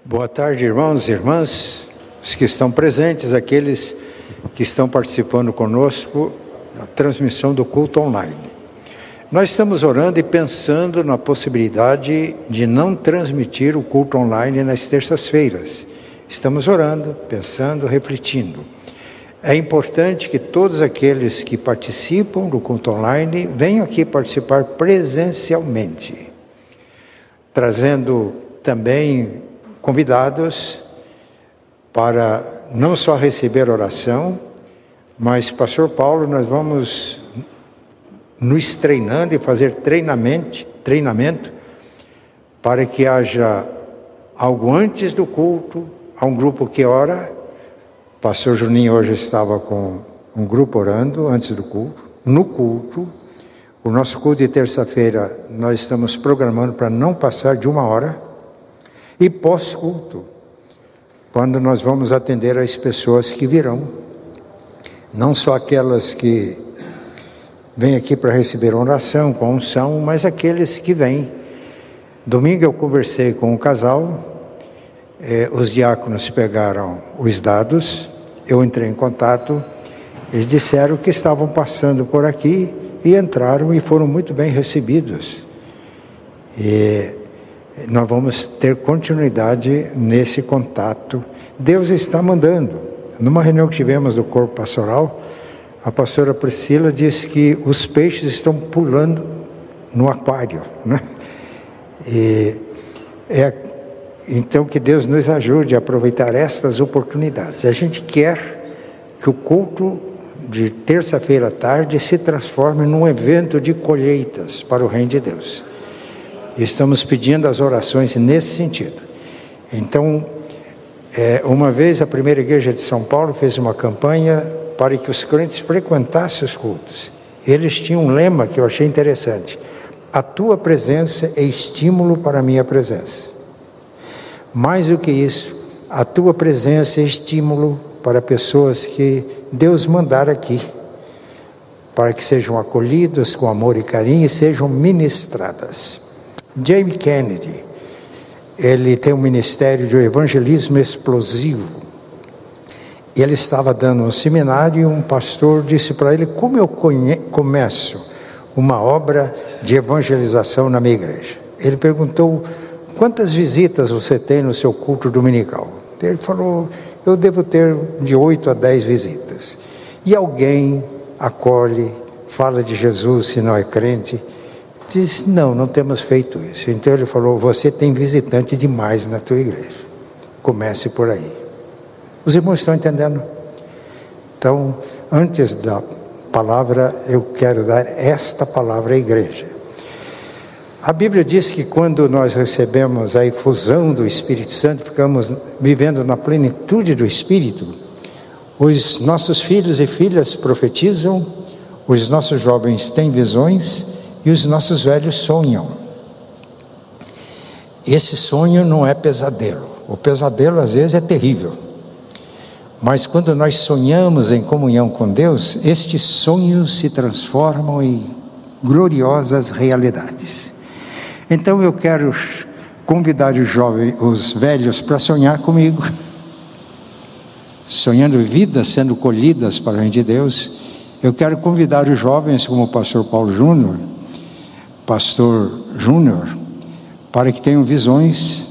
Boa tarde, irmãos e irmãs, os que estão presentes, aqueles que estão participando conosco na transmissão do culto online. Nós estamos orando e pensando na possibilidade de não transmitir o culto online nas terças-feiras. Estamos orando, pensando, refletindo. É importante que todos aqueles que participam do culto online venham aqui participar presencialmente, trazendo também convidados para não só receber oração, mas, Pastor Paulo, nós vamos nos treinando e fazer treinamento para que haja algo antes do culto, há um grupo que ora. O Pastor Juninho hoje estava com um grupo orando antes do culto. No culto, o nosso culto de terça-feira nós estamos programando para não passar de 1 hora. E pós-culto, quando nós vamos atender as pessoas que virão, não só aquelas que vêm aqui para receber oração com unção, mas aqueles que vêm. Domingo eu conversei com um casal, os diáconos pegaram os dados, eu entrei em contato, eles disseram que estavam passando por aqui e entraram e foram muito bem recebidos. E nós vamos ter continuidade nesse contato. Deus está mandando. Numa reunião que tivemos do corpo pastoral, a pastora Priscila disse que os peixes estão pulando no aquário, né? Então que Deus nos ajude a aproveitar estas oportunidades. A gente quer que o culto de terça-feira à tarde se transforme num evento de colheitas para o reino de Deus. Estamos pedindo as orações nesse sentido. Então, uma vez a primeira igreja de São Paulo fez uma campanha para que os crentes frequentassem os cultos. Eles tinham um lema que eu achei interessante: a tua presença é estímulo para a minha presença. Mais do que isso, a tua presença é estímulo para pessoas que Deus mandar aqui, para que sejam acolhidas com amor e carinho e sejam ministradas. James Kennedy, ele tem um ministério de evangelismo explosivo. Ele estava dando um seminário e um pastor disse para ele: como eu começo uma obra de evangelização na minha igreja? Ele perguntou: quantas visitas você tem no seu culto dominical? Ele falou: eu devo ter de 8 a 10 visitas. E alguém acolhe, fala de Jesus se não é crente? Diz: não temos feito isso. Então ele falou: você tem visitante demais na tua igreja, comece por aí. Os irmãos estão entendendo? Então, antes da palavra, eu quero dar esta palavra à igreja. A Bíblia diz que quando nós recebemos a efusão do Espírito Santo, ficamos vivendo na plenitude do Espírito, os nossos filhos e filhas profetizam, os nossos jovens têm visões e os nossos velhos sonham. Esse sonho não é pesadelo. O pesadelo às vezes é terrível. Mas quando nós sonhamos em comunhão com Deus, estes sonhos se transformam em gloriosas realidades. Então eu quero convidar os velhos para sonhar comigo. Sonhando vidas sendo colhidas para o reino de Deus. Eu quero convidar os jovens, como o pastor Paulo Júnior, Pastor Júnior, para que tenham visões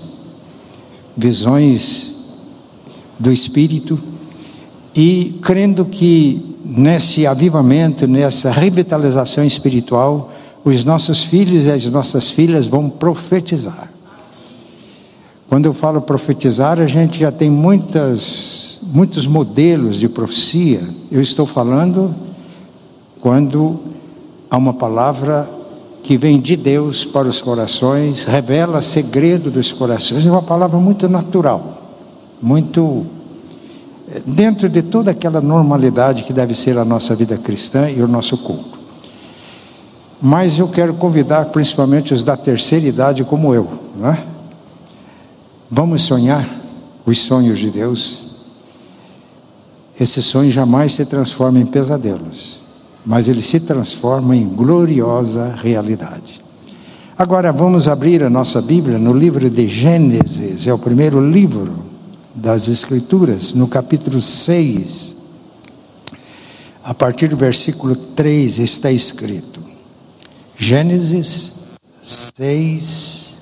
do Espírito, e crendo que nesse avivamento, nessa revitalização espiritual, os nossos filhos e as nossas filhas vão profetizar. Quando eu falo profetizar, a gente já tem muitos modelos de profecia. Eu estou falando quando há uma palavra que vem de Deus para os corações, revela segredo dos corações. É uma palavra muito natural, muito dentro de toda aquela normalidade que deve ser a nossa vida cristã e o nosso culto. Mas eu quero convidar principalmente os da terceira idade como eu, né? Vamos sonhar os sonhos de Deus. Esse sonho jamais se transforma em pesadelos, mas ele se transforma em gloriosa realidade. Agora vamos abrir a nossa Bíblia no livro de Gênesis, é o primeiro livro das Escrituras, no capítulo 6, a partir do versículo 3 está escrito, Gênesis 6,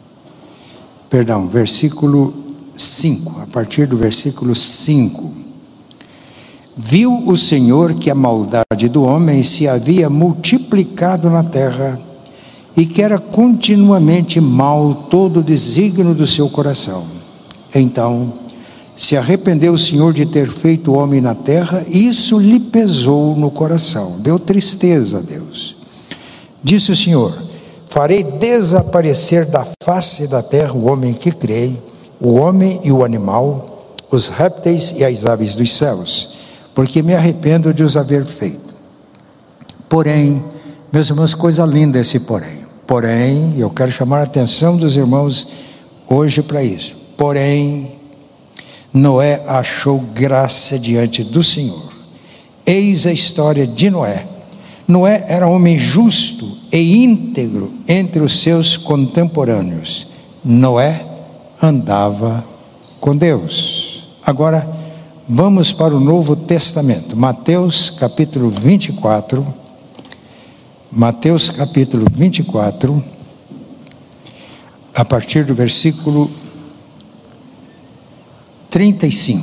versículo 5, a partir do versículo 5. Viu o Senhor que a maldade do homem se havia multiplicado na terra, e que era continuamente mau todo o desígnio do seu coração. Então, se arrependeu o Senhor de ter feito o homem na terra, e isso lhe pesou no coração, deu tristeza a Deus. Disse o Senhor: farei desaparecer da face da terra o homem que criei, o homem e o animal, os répteis e as aves dos céus, porque me arrependo de os haver feito. Porém, meus irmãos, coisa linda esse porém, eu quero chamar a atenção dos irmãos hoje para isso. Porém, Noé achou graça diante do Senhor. Eis a história de Noé. Noé era homem justo e íntegro entre os seus contemporâneos. Noé andava com Deus. Agora, vamos para o Novo Testamento. Mateus capítulo 24. Mateus capítulo 24, a partir do versículo 35.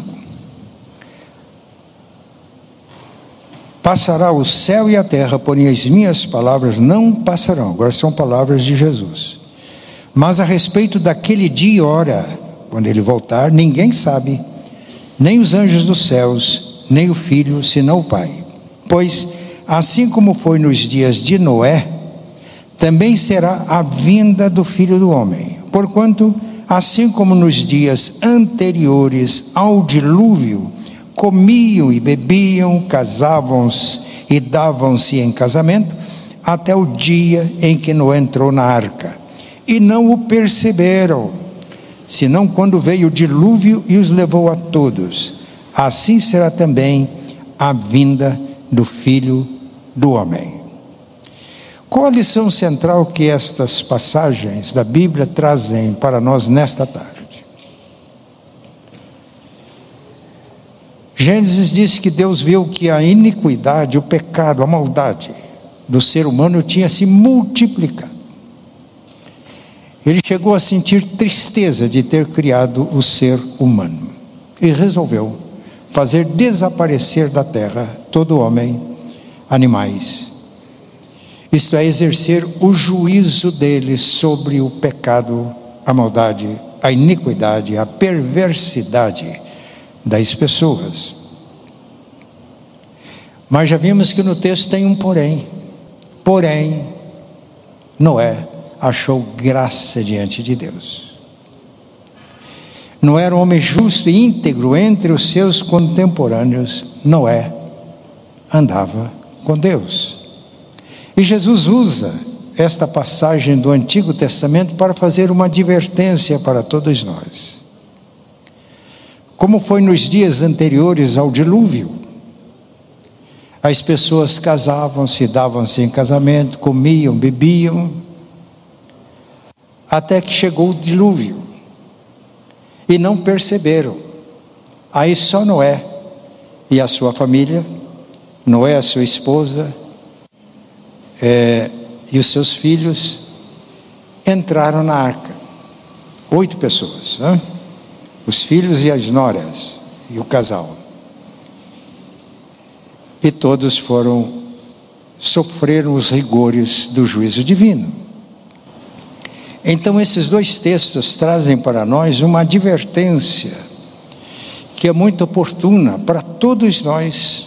Passará o céu e a terra, porém as minhas palavras não passarão. Agora são palavras de Jesus. Mas a respeito daquele dia e hora, quando ele voltar, ninguém sabe, nem os anjos dos céus, nem o Filho, senão o Pai. Pois assim como foi nos dias de Noé, também será a vinda do Filho do Homem. Porquanto, assim como nos dias anteriores ao dilúvio, comiam e bebiam, casavam-se e davam-se em casamento, até o dia em que Noé entrou na arca. E não o perceberam, senão quando veio o dilúvio e os levou a todos. Assim será também a vinda do Filho do Homem. Qual a lição central que estas passagens da Bíblia trazem para nós nesta tarde? Gênesis diz que Deus viu que a iniquidade, o pecado, a maldade do ser humano tinha se multiplicado. Ele chegou a sentir tristeza de ter criado o ser humano e resolveu fazer desaparecer da terra todo homem, animais. Isto é, exercer o juízo dele sobre o pecado, a maldade, a iniquidade, a perversidade das pessoas. Mas já vimos que no texto tem um porém. Porém, Noé achou graça diante de Deus. Noé era um homem justo e íntegro entre os seus contemporâneos. Noé andava com Deus. E Jesus usa esta passagem do Antigo Testamento para fazer uma advertência para todos nós. Como foi nos dias anteriores ao dilúvio, as pessoas casavam-se, davam-se em casamento, comiam, bebiam, até que chegou o dilúvio, e não perceberam. Aí só Noé e a sua família, Noé, a sua esposa, e os seus filhos entraram na arca. 8 pessoas, né? Os filhos e as noras e o casal. E todos sofreram os rigores do juízo divino. Então esses 2 textos trazem para nós uma advertência que é muito oportuna para todos nós.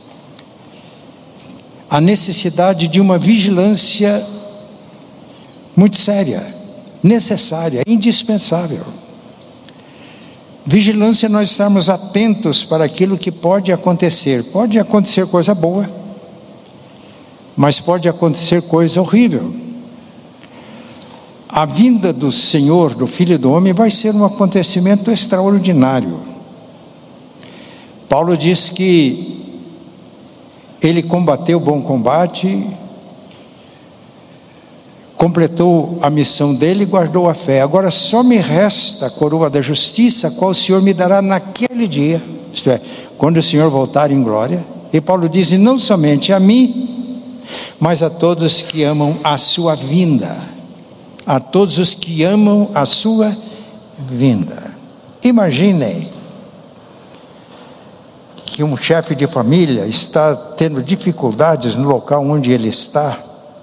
A necessidade de uma vigilância muito séria, necessária, indispensável. Vigilância, nós estamos atentos para aquilo que pode acontecer. Pode acontecer coisa boa, mas pode acontecer coisa horrível. A vinda do Senhor, do Filho do Homem, vai ser um acontecimento extraordinário. Paulo diz que ele combateu o bom combate, completou a missão dele e guardou a fé. Agora só me resta a coroa da justiça, a qual o Senhor me dará naquele dia, isto é, quando o Senhor voltar em glória. E Paulo diz: e não somente a mim, mas a todos que amam a sua vinda. A todos os que amam a sua vinda. Imaginem que um chefe de família está tendo dificuldades no local onde ele está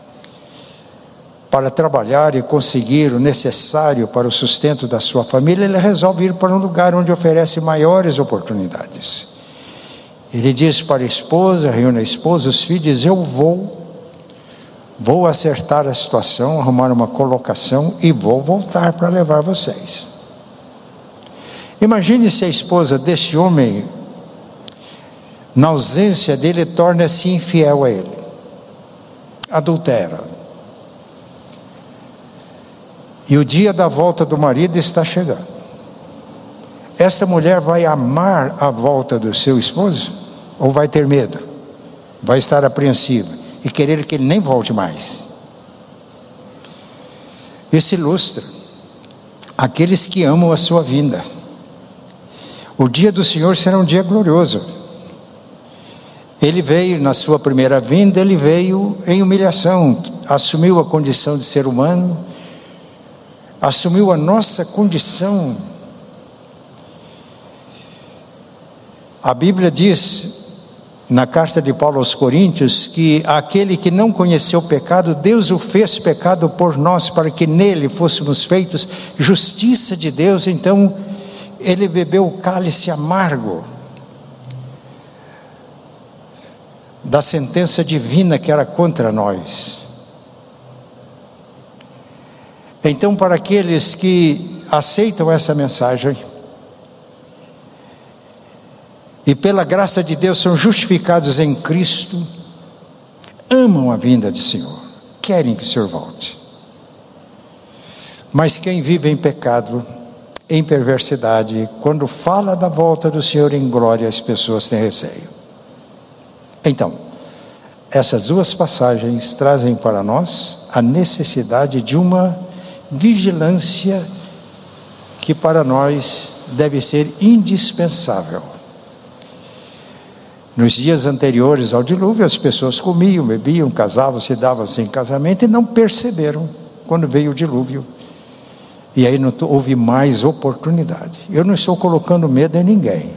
para trabalhar e conseguir o necessário para o sustento da sua família. Ele resolve ir para um lugar onde oferece maiores oportunidades. Ele diz para a esposa, reúne a esposa, os filhos, diz: eu vou acertar a situação, arrumar uma colocação e vou voltar para levar vocês. Imagine se a esposa deste homem, na ausência dele, torna-se infiel a ele, adultera. E o dia da volta do marido está chegando. Essa mulher vai amar a volta do seu esposo? Ou vai ter medo? Vai estar apreensiva e querer que ele nem volte mais? Isso ilustra aqueles que amam a sua vinda. O dia do Senhor será um dia glorioso. Ele veio na sua primeira vinda, ele veio em humilhação, assumiu a condição de ser humano, assumiu a nossa condição. A Bíblia diz, na carta de Paulo aos Coríntios, que aquele que não conheceu o pecado, Deus o fez pecado por nós, para que nele fôssemos feitos justiça de Deus. Então, ele bebeu o cálice amargo da sentença divina que era contra nós. Então, para aqueles que aceitam essa mensagem e pela graça de Deus são justificados em Cristo, amam a vinda do Senhor, querem que o Senhor volte. Mas quem vive em pecado, em perversidade, quando fala da volta do Senhor em glória, as pessoas têm receio. Então, essas duas passagens trazem para nós a necessidade de uma vigilância que para nós deve ser indispensável. Nos dias anteriores ao dilúvio, as pessoas comiam, bebiam, casavam, se davam-se em casamento e não perceberam quando veio o dilúvio. E aí não houve mais oportunidade. Eu não estou colocando medo em ninguém,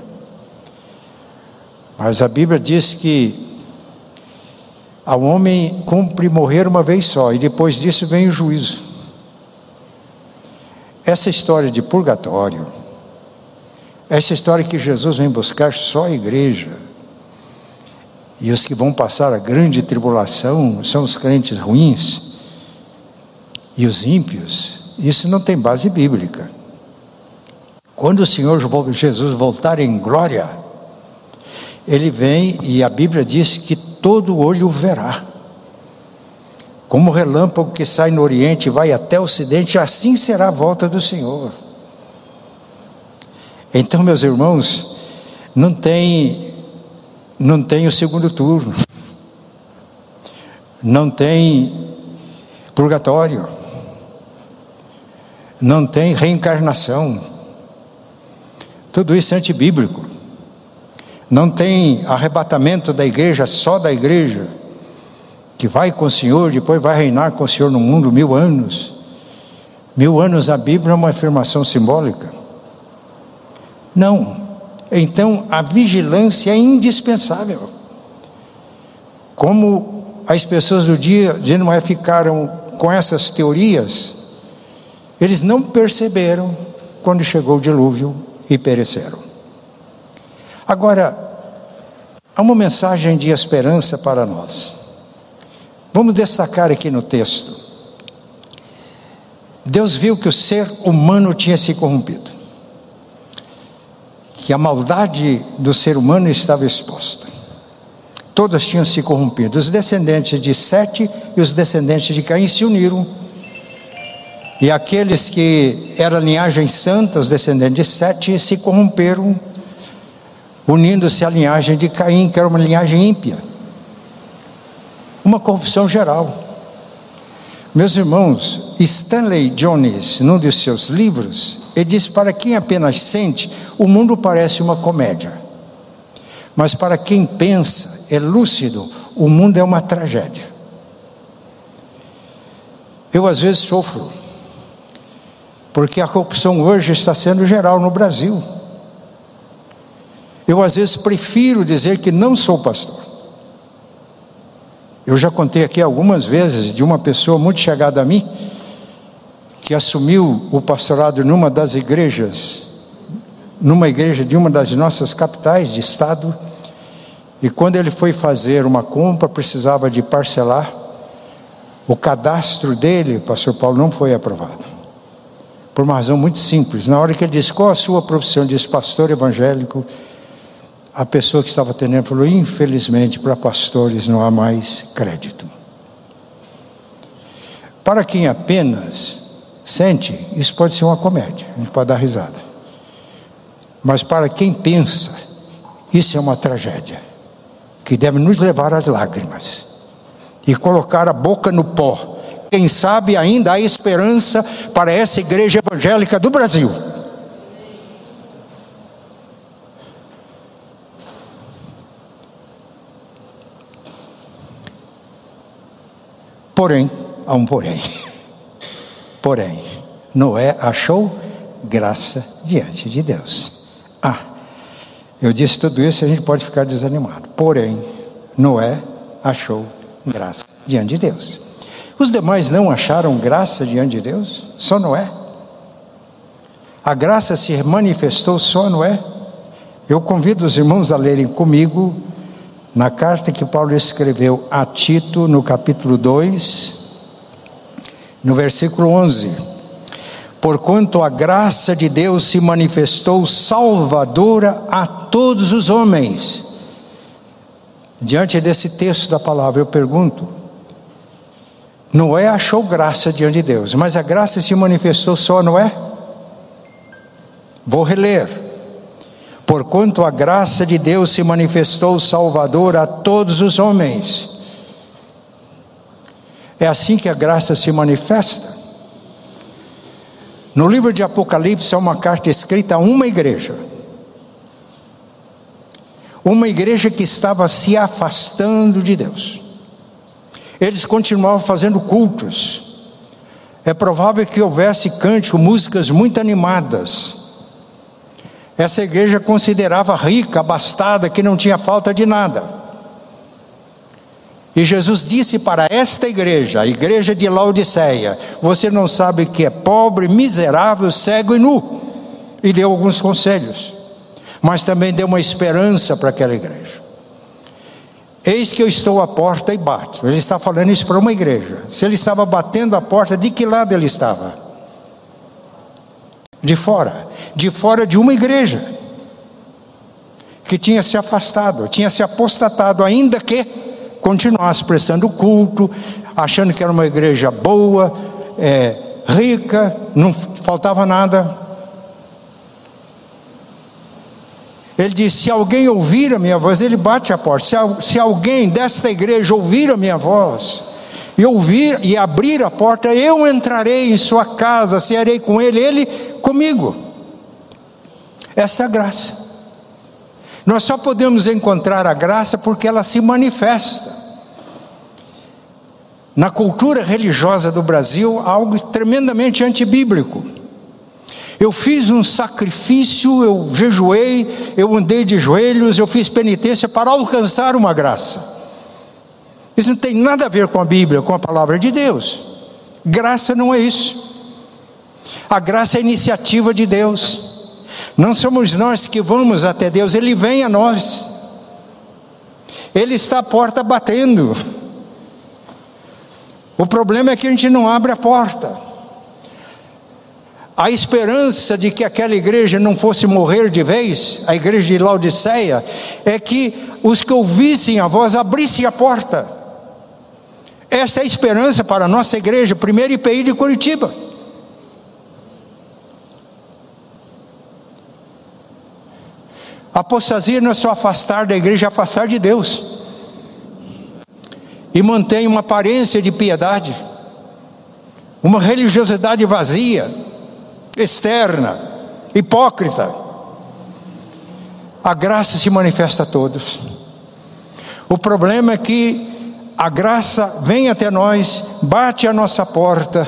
mas a Bíblia diz que ao homem cumpre morrer uma vez só, e depois disso vem o juízo. Essa história de purgatório, essa história que Jesus vem buscar só a igreja, e os que vão passar a grande tribulação são os crentes ruins e os ímpios, isso não tem base bíblica. Quando o Senhor Jesus voltar em glória, ele vem e a Bíblia diz que todo olho o verá. Como o relâmpago que sai no oriente e vai até o ocidente, assim será a volta do Senhor. Então, meus irmãos, não tem o segundo turno, não tem purgatório, não tem reencarnação. Tudo isso é antibíblico. Não tem arrebatamento da igreja, só da igreja, que vai com o Senhor, depois vai reinar com o Senhor no mundo 1000 anos. 1000 anos na Bíblia é uma afirmação simbólica. Não. Então a vigilância é indispensável. Como as pessoas do dia de Noé ficaram com essas teorias, eles não perceberam quando chegou o dilúvio e pereceram. Agora, há uma mensagem de esperança para nós. Vamos destacar aqui no texto. Deus viu que o ser humano tinha se corrompido, que a maldade do ser humano estava exposta. Todos tinham se corrompido. Os descendentes de Sete e os descendentes de Caim se uniram. E aqueles que eram linhagem santa, os descendentes de Sete, se corromperam, unindo-se à linhagem de Caim, que era uma linhagem ímpia. Uma corrupção geral. Meus irmãos, Stanley Jones, num de seus livros, ele diz: para quem apenas sente, o mundo parece uma comédia. Mas para quem pensa, é lúcido, o mundo é uma tragédia. Eu às vezes sofro, porque a corrupção hoje está sendo geral no Brasil. Eu às vezes prefiro dizer que não sou pastor. Eu já contei aqui algumas vezes de uma pessoa muito chegada a mim, que assumiu o pastorado numa das igrejas, numa igreja de uma das nossas capitais de estado, e quando ele foi fazer uma compra, precisava de parcelar, o cadastro dele, pastor Paulo, não foi aprovado, por uma razão muito simples. Na hora que ele disse: qual a sua profissão? Disse: pastor evangélico. A pessoa que estava atendendo falou: infelizmente, para pastores não há mais crédito. Para quem apenas sente, isso pode ser uma comédia, a gente pode dar risada. Mas para quem pensa, isso é uma tragédia, que deve nos levar às lágrimas e colocar a boca no pó. Quem sabe ainda há esperança para essa igreja evangélica do Brasil. Porém, há um porém. Porém, Noé achou graça diante de Deus. Eu disse tudo isso e a gente pode ficar desanimado. Porém, Noé achou graça diante de Deus. Os demais não acharam graça diante de Deus? Só Noé? A graça se manifestou só a Noé? Eu convido os irmãos a lerem comigo na carta que Paulo escreveu a Tito, no capítulo 2, no versículo 11. Porquanto a graça de Deus se manifestou salvadora a todos os homens. Diante desse texto da palavra, eu pergunto: Noé achou graça diante de Deus, mas a graça se manifestou só a Noé? Vou reler. Porquanto a graça de Deus se manifestou salvadora a todos os homens. É assim que a graça se manifesta. No livro de Apocalipse há uma carta escrita a uma igreja. Uma igreja que estava se afastando de Deus. Eles continuavam fazendo cultos. É provável que houvesse cântico, músicas muito animadas. Essa igreja considerava rica, abastada, que não tinha falta de nada. E Jesus disse para esta igreja, a igreja de Laodiceia: você não sabe que é pobre, miserável, cego e nu. E deu alguns conselhos, mas também deu uma esperança para aquela igreja. Eis que eu estou à porta e bato. Ele está falando isso para uma igreja. Se ele estava batendo a porta, de que lado ele estava? De fora de uma igreja que tinha se afastado, tinha se apostatado, ainda que continuasse prestando culto, achando que era uma igreja boa, rica, não faltava nada. Ele diz: se alguém ouvir a minha voz, ele bate a porta. Se alguém desta igreja ouvir a minha voz e ouvir e abrir a porta, eu entrarei em sua casa, cearei com ele, ele comigo. Essa é a graça. Nós só podemos encontrar a graça porque ela se manifesta. Na cultura religiosa do Brasil, algo tremendamente antibíblico. Eu fiz um sacrifício, eu jejuei, eu andei de joelhos, eu fiz penitência para alcançar uma graça. Isso não tem nada a ver com a Bíblia, com a palavra de Deus. Graça não é isso. A graça é a iniciativa de Deus. Não somos nós que vamos até Deus, Ele vem a nós. Ele está à porta batendo. O problema é que a gente não abre a porta. A esperança de que aquela igreja não fosse morrer de vez, a igreja de Laodiceia, é que os que ouvissem a voz abrissem a porta. Essa é a esperança para a nossa igreja, primeiro IPI de Curitiba. Apostasia não é só afastar da igreja, é afastar de Deus. E mantém uma aparência de piedade. uma religiosidade vazia, externa, hipócrita. A graça se manifesta a todos. O problema é que a graça vem até nós, bate a nossa porta,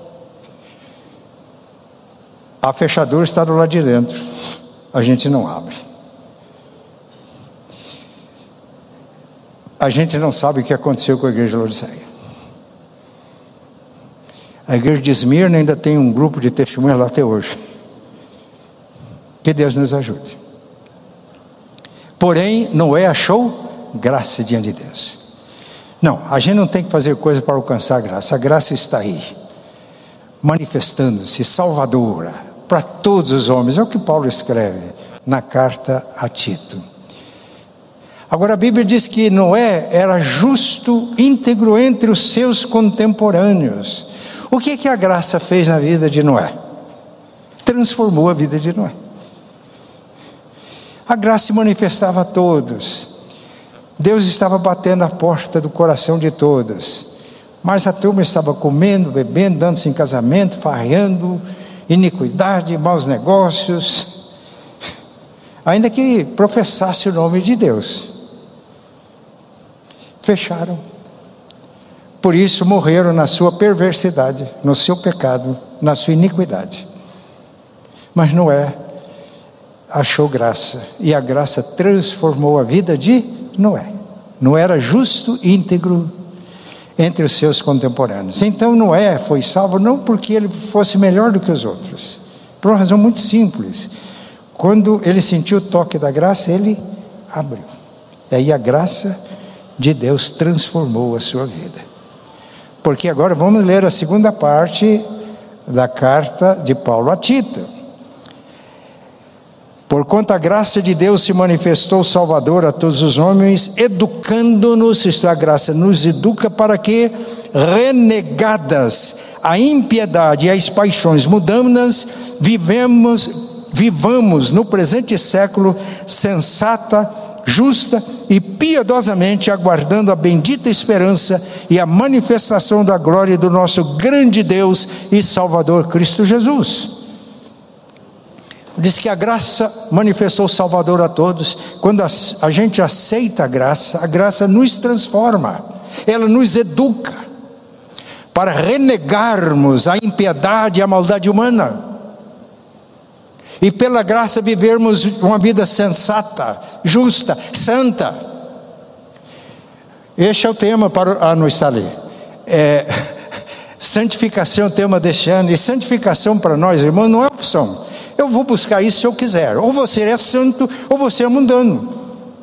a fechadura está do lado de dentro, a gente não abre. A gente não sabe o que aconteceu com a igreja de Laodiceia. A igreja de Esmirna ainda tem um grupo de testemunhas lá até hoje. Que Deus nos ajude. Porém, Noé achou graça diante de Deus. Não, a gente não tem que fazer coisa para alcançar a graça. A graça está aí, manifestando-se, salvadora, para todos os homens. É o que Paulo escreve na carta a Tito. Agora a Bíblia diz que Noé era justo, íntegro entre os seus contemporâneos. O que a graça fez na vida de Noé? Transformou a vida de Noé. A graça se manifestava a todos. Deus estava batendo a porta do coração de todos. Mas a turma estava comendo, bebendo, dando-se em casamento, farreando, iniquidade, maus negócios, ainda que professasse o nome de Deus. Fecharam. Por isso morreram na sua perversidade, no seu pecado, na sua iniquidade. Mas Noé achou graça, e a graça transformou a vida de Noé. Noé era justo e íntegro entre os seus contemporâneos. Então Noé foi salvo não porque ele fosse melhor do que os outros, por uma razão muito simples. Quando ele sentiu o toque da graça, ele abriu. E aí a graça de Deus transformou a sua vida. Porque agora vamos ler a segunda parte da carta de Paulo a Tito. Porquanto a graça de Deus se manifestou salvador a todos os homens, educando-nos, isto é, a graça nos educa para que, renegadas a impiedade e as paixões mundanas, vivamos no presente século sensata, justa e piedosamente aguardando a bendita esperança e a manifestação da glória do nosso grande Deus e Salvador Cristo Jesus. Diz que a graça manifestou o Salvador a todos. Quando a gente aceita a graça nos transforma, ela nos educa para renegarmos a impiedade e a maldade humana, e pela graça vivermos uma vida sensata, justa, santa. Este é o tema para não está ali. Santificação é o tema deste ano, e santificação para nós, irmãos, não é opção. Eu vou buscar isso se eu quiser. Ou você é santo, ou você é mundano.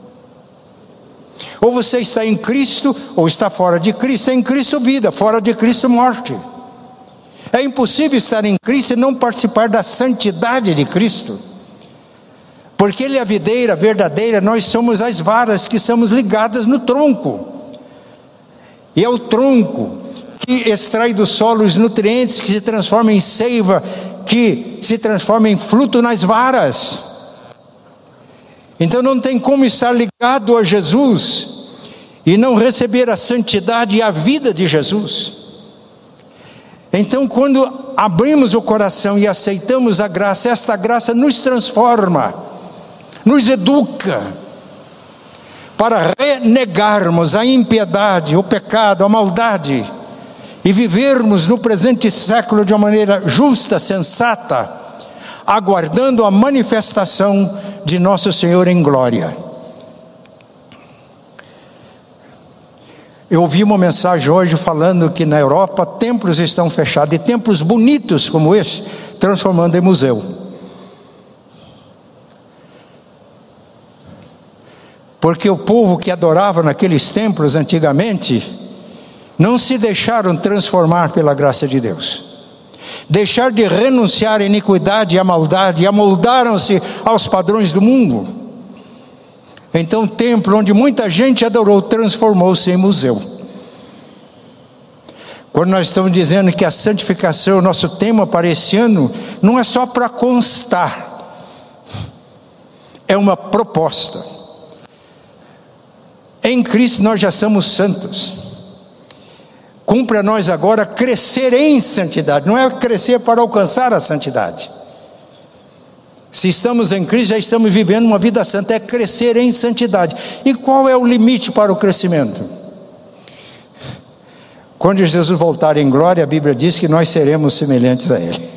Ou você está em Cristo, ou está fora de Cristo. Em Cristo vida, fora de Cristo morte. É impossível estar em Cristo e não participar da santidade de Cristo. Porque Ele é a videira verdadeira, nós somos as varas que estamos ligadas no tronco. E é o tronco que extrai do solo os nutrientes, que se transforma em seiva, que se transforma em fruto nas varas. Então não tem como estar ligado a Jesus e não receber a santidade e a vida de Jesus. Então quando abrimos o coração e aceitamos a graça, esta graça nos transforma, nos educa para renegarmos a impiedade, o pecado, a maldade, e vivermos no presente século de uma maneira justa, sensata, aguardando a manifestação de nosso Senhor em glória. Eu ouvi uma mensagem hoje falando que na Europa templos estão fechados, e templos bonitos como esse, transformando em museu. Porque o povo que adorava naqueles templos antigamente não se deixaram transformar pela graça de Deus. Deixaram de renunciar à iniquidade e à maldade e amoldaram-se aos padrões do mundo. Então o templo onde muita gente adorou transformou-se em museu. Quando nós estamos dizendo que a santificação é o nosso tema para esse ano, não é só para constar, é uma proposta. Em Cristo nós já somos santos. Cumpre a nós agora crescer em santidade, não é crescer para alcançar a santidade. Se estamos em Cristo, já estamos vivendo uma vida santa, é crescer em santidade. E qual é o limite para o crescimento? Quando Jesus voltar em glória, a Bíblia diz que nós seremos semelhantes a Ele.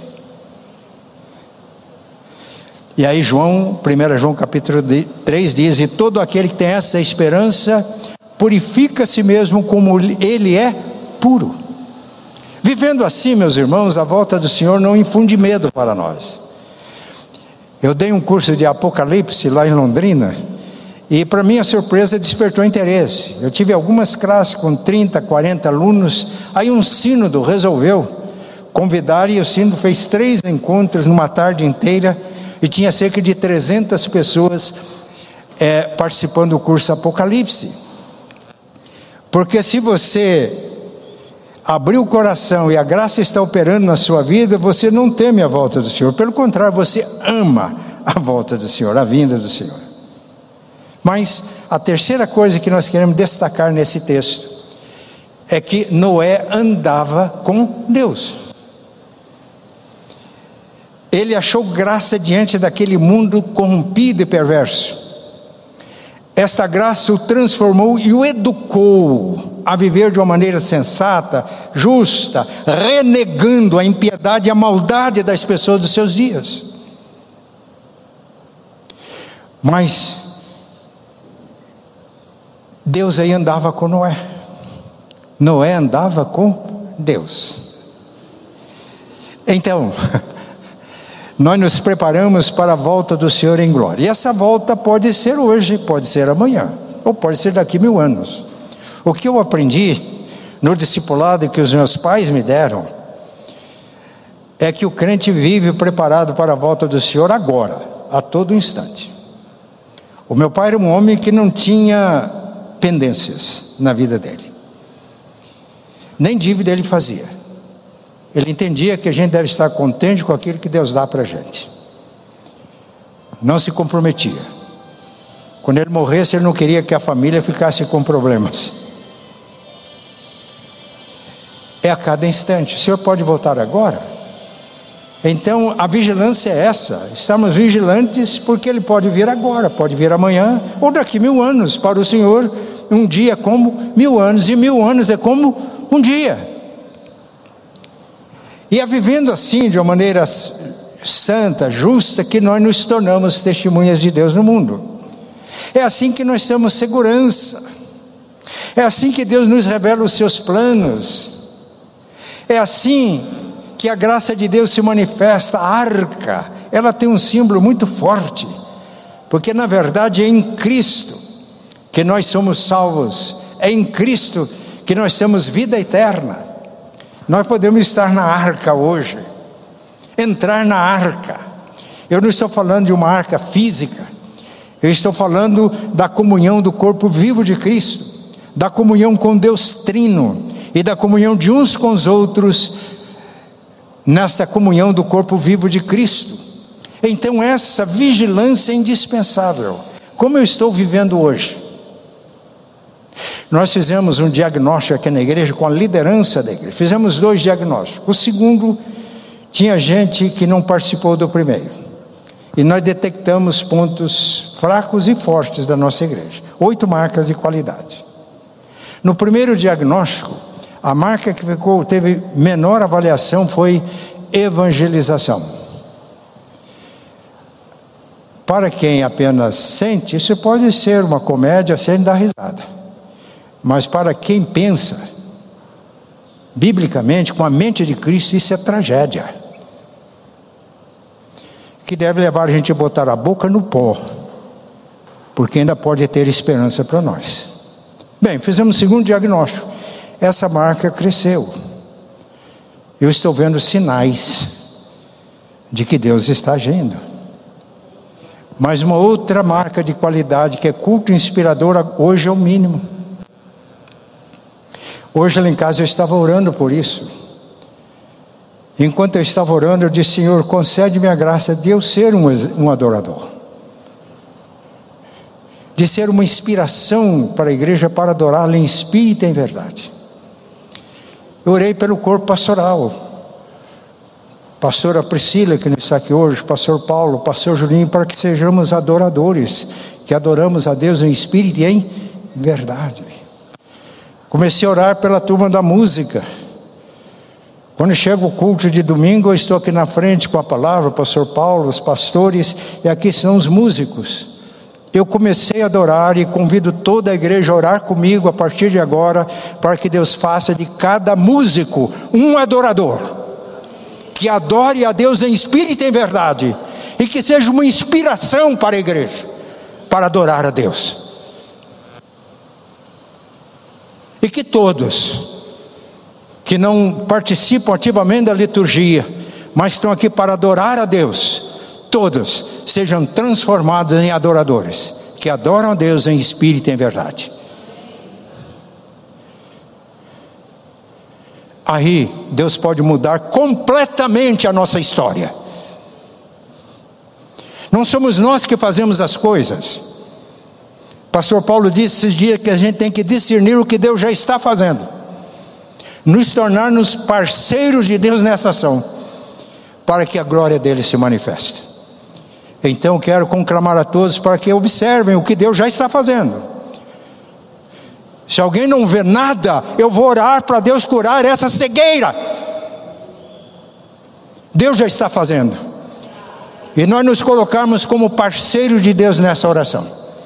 E aí 1 João capítulo 3 diz: e todo aquele que tem essa esperança, purifica a si mesmo como Ele é puro. Vivendo assim, meus irmãos, a volta do Senhor não infunde medo para nós. Eu dei um curso de Apocalipse lá em Londrina, e para minha surpresa despertou interesse. Eu tive algumas classes com 30, 40 alunos, aí um sínodo resolveu convidar, e o sínodo fez 3 encontros numa tarde inteira, e tinha cerca de 300 pessoas participando do curso Apocalipse. Porque se você abrir o coração e a graça está operando na sua vida, você não teme a volta do Senhor, pelo contrário, você ama a volta do Senhor, a vinda do Senhor. Mas a terceira coisa que nós queremos destacar nesse texto é que Noé andava com Deus. Ele achou graça diante daquele mundo corrompido e perverso. Esta graça o transformou e o educou a viver de uma maneira sensata, justa, renegando a impiedade e a maldade das pessoas dos seus dias. Mas Deus aí andava com Noé. Noé andava com Deus. Então, nós nos preparamos para a volta do Senhor em glória. E essa volta pode ser hoje, pode ser amanhã, ou pode ser daqui 1000 anos. O que eu aprendi no discipulado que os meus pais me deram é que o crente vive preparado para a volta do Senhor agora, a todo instante. O meu pai era um homem que não tinha pendências na vida dele, nem dívida ele fazia. Ele entendia que a gente deve estar contente com aquilo que Deus dá para a gente. Não se comprometia. Quando ele morresse, ele não queria que a família ficasse com problemas. É a cada instante. O Senhor pode voltar agora? Então a vigilância é essa. Estamos vigilantes porque Ele pode vir agora, pode vir amanhã, ou daqui 1000 anos. Para o Senhor, um dia é como 1000 anos, e 1000 anos é como um dia. E é vivendo assim, de uma maneira santa, justa, que nós nos tornamos testemunhas de Deus no mundo. É assim que nós temos segurança. É assim que Deus nos revela os seus planos. É assim que a graça de Deus se manifesta. A arca, ela tem um símbolo muito forte, porque na verdade é em Cristo que nós somos salvos. É em Cristo que nós temos vida eterna. Nós podemos estar na arca hoje, entrar na arca. Eu não estou falando de uma arca física, eu estou falando da comunhão do corpo vivo de Cristo, da comunhão com Deus Trino, e da comunhão de uns com os outros, nessa comunhão do corpo vivo de Cristo. Então essa vigilância é indispensável. Como eu estou vivendo hoje? Nós fizemos um diagnóstico aqui na igreja com a liderança da igreja. Fizemos 2 diagnósticos. O segundo, tinha gente que não participou do primeiro. E nós detectamos pontos fracos e fortes da nossa igreja. 8 marcas de qualidade. No primeiro diagnóstico, a marca que teve menor avaliação foi evangelização. Para quem apenas sente, isso pode ser uma comédia sem dar risada. Mas para quem pensa, biblicamente, com a mente de Cristo, isso é tragédia. Que deve levar a gente a botar a boca no pó, porque ainda pode ter esperança para nós. Bem, fizemos o segundo diagnóstico. Essa marca cresceu. Eu estou vendo sinais de que Deus está agindo. Mas uma outra marca de qualidade, que é culto inspirador, hoje é o mínimo. Hoje lá em casa eu estava orando por isso. Enquanto eu estava orando, eu disse: Senhor, concede-me a graça de eu ser um adorador, de ser uma inspiração para a igreja, para adorá-la em espírito e em verdade. Eu orei pelo corpo pastoral. Pastora Priscila, que não está aqui hoje, pastor Paulo, pastor Juninho, para que sejamos adoradores, que adoramos a Deus em espírito e em verdade. Comecei a orar pela turma da música. Quando chega o culto de domingo, eu estou aqui na frente com a palavra, o pastor Paulo, os pastores, e aqui são os músicos. Eu comecei a adorar e convido toda a igreja a orar comigo a partir de agora, para que Deus faça de cada músico um adorador, que adore a Deus em espírito e em verdade, e que seja uma inspiração para a igreja, para adorar a Deus. E que todos que não participam ativamente da liturgia, mas estão aqui para adorar a Deus, todos sejam transformados em adoradores, que adoram a Deus em espírito e em verdade. Aí Deus pode mudar completamente a nossa história. Não somos nós que fazemos as coisas. Pastor Paulo disse esses dias que a gente tem que discernir o que Deus já está fazendo, nos tornar-nos parceiros de Deus nessa ação, para que a glória dele se manifeste. Então quero conclamar a todos para que observem o que Deus já está fazendo. Se alguém não vê nada, eu vou orar para Deus curar essa cegueira. Deus já está fazendo, e nós nos colocarmos como parceiro de Deus nessa oração,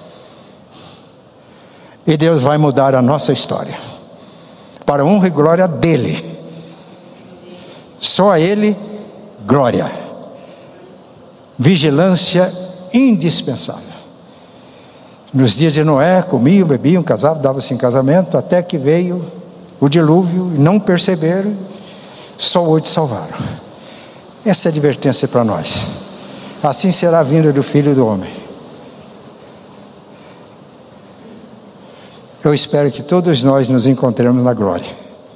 e Deus vai mudar a nossa história, para a honra e glória dele. Só a ele glória. Vigilância indispensável. Nos dias de Noé, comiam, bebiam, casavam, davam-se em casamento, até que veio o dilúvio, e não perceberam, só 8 salvaram. Essa é a advertência para nós. Assim será a vinda do Filho do Homem. Eu espero que todos nós nos encontremos na glória.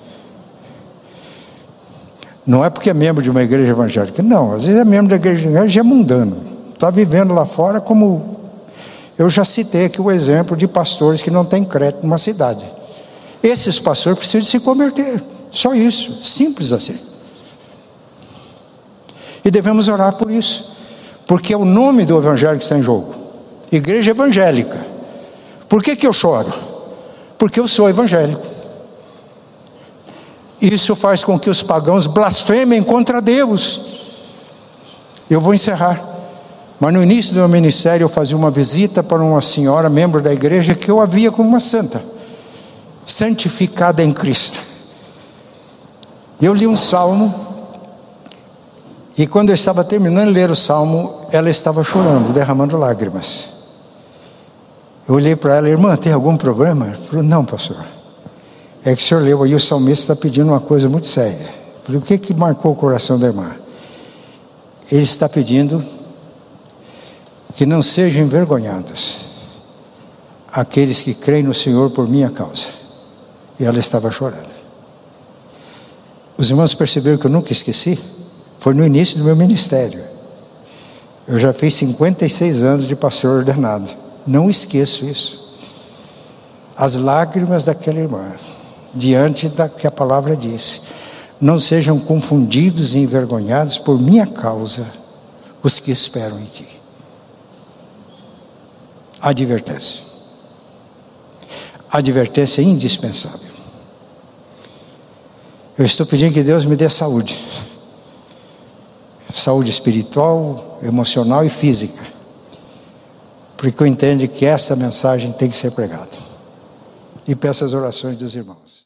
Não é porque é membro de uma igreja evangélica, não. Às vezes é membro da igreja mundano, está vivendo lá fora, como eu já citei aqui o exemplo de pastores que não têm crédito numa cidade. Esses pastores precisam de se converter, só isso, simples assim. E devemos orar por isso, porque é o nome do evangelho que está em jogo. Igreja evangélica. Por que eu choro? Porque eu sou evangélico. Isso faz com que os pagãos blasfemem contra Deus. Eu vou encerrar. Mas no início do meu ministério eu fazia uma visita para uma senhora, membro da igreja, que eu a via como uma santa, santificada em Cristo. Eu li um salmo, e quando eu estava terminando de ler o salmo, ela estava chorando, derramando lágrimas. Eu olhei para ela: irmã, tem algum problema? Ela falou: não, pastor, é que o senhor leu aí, o salmista está pedindo uma coisa muito séria. Eu falei: o que marcou o coração da irmã? Ele está pedindo que não sejam envergonhados aqueles que creem no Senhor por minha causa. E ela estava chorando. Os irmãos perceberam que eu nunca esqueci? Foi no início do meu ministério. Eu já fiz 56 anos de pastor ordenado. Não esqueço isso. As lágrimas daquela irmã, diante da que a palavra disse: não sejam confundidos e envergonhados por minha causa os que esperam em ti. Advertência. Advertência indispensável. Eu estou pedindo que Deus me dê saúde. Saúde espiritual, emocional e física. Porque eu entendo que essa mensagem tem que ser pregada. E peço as orações dos irmãos.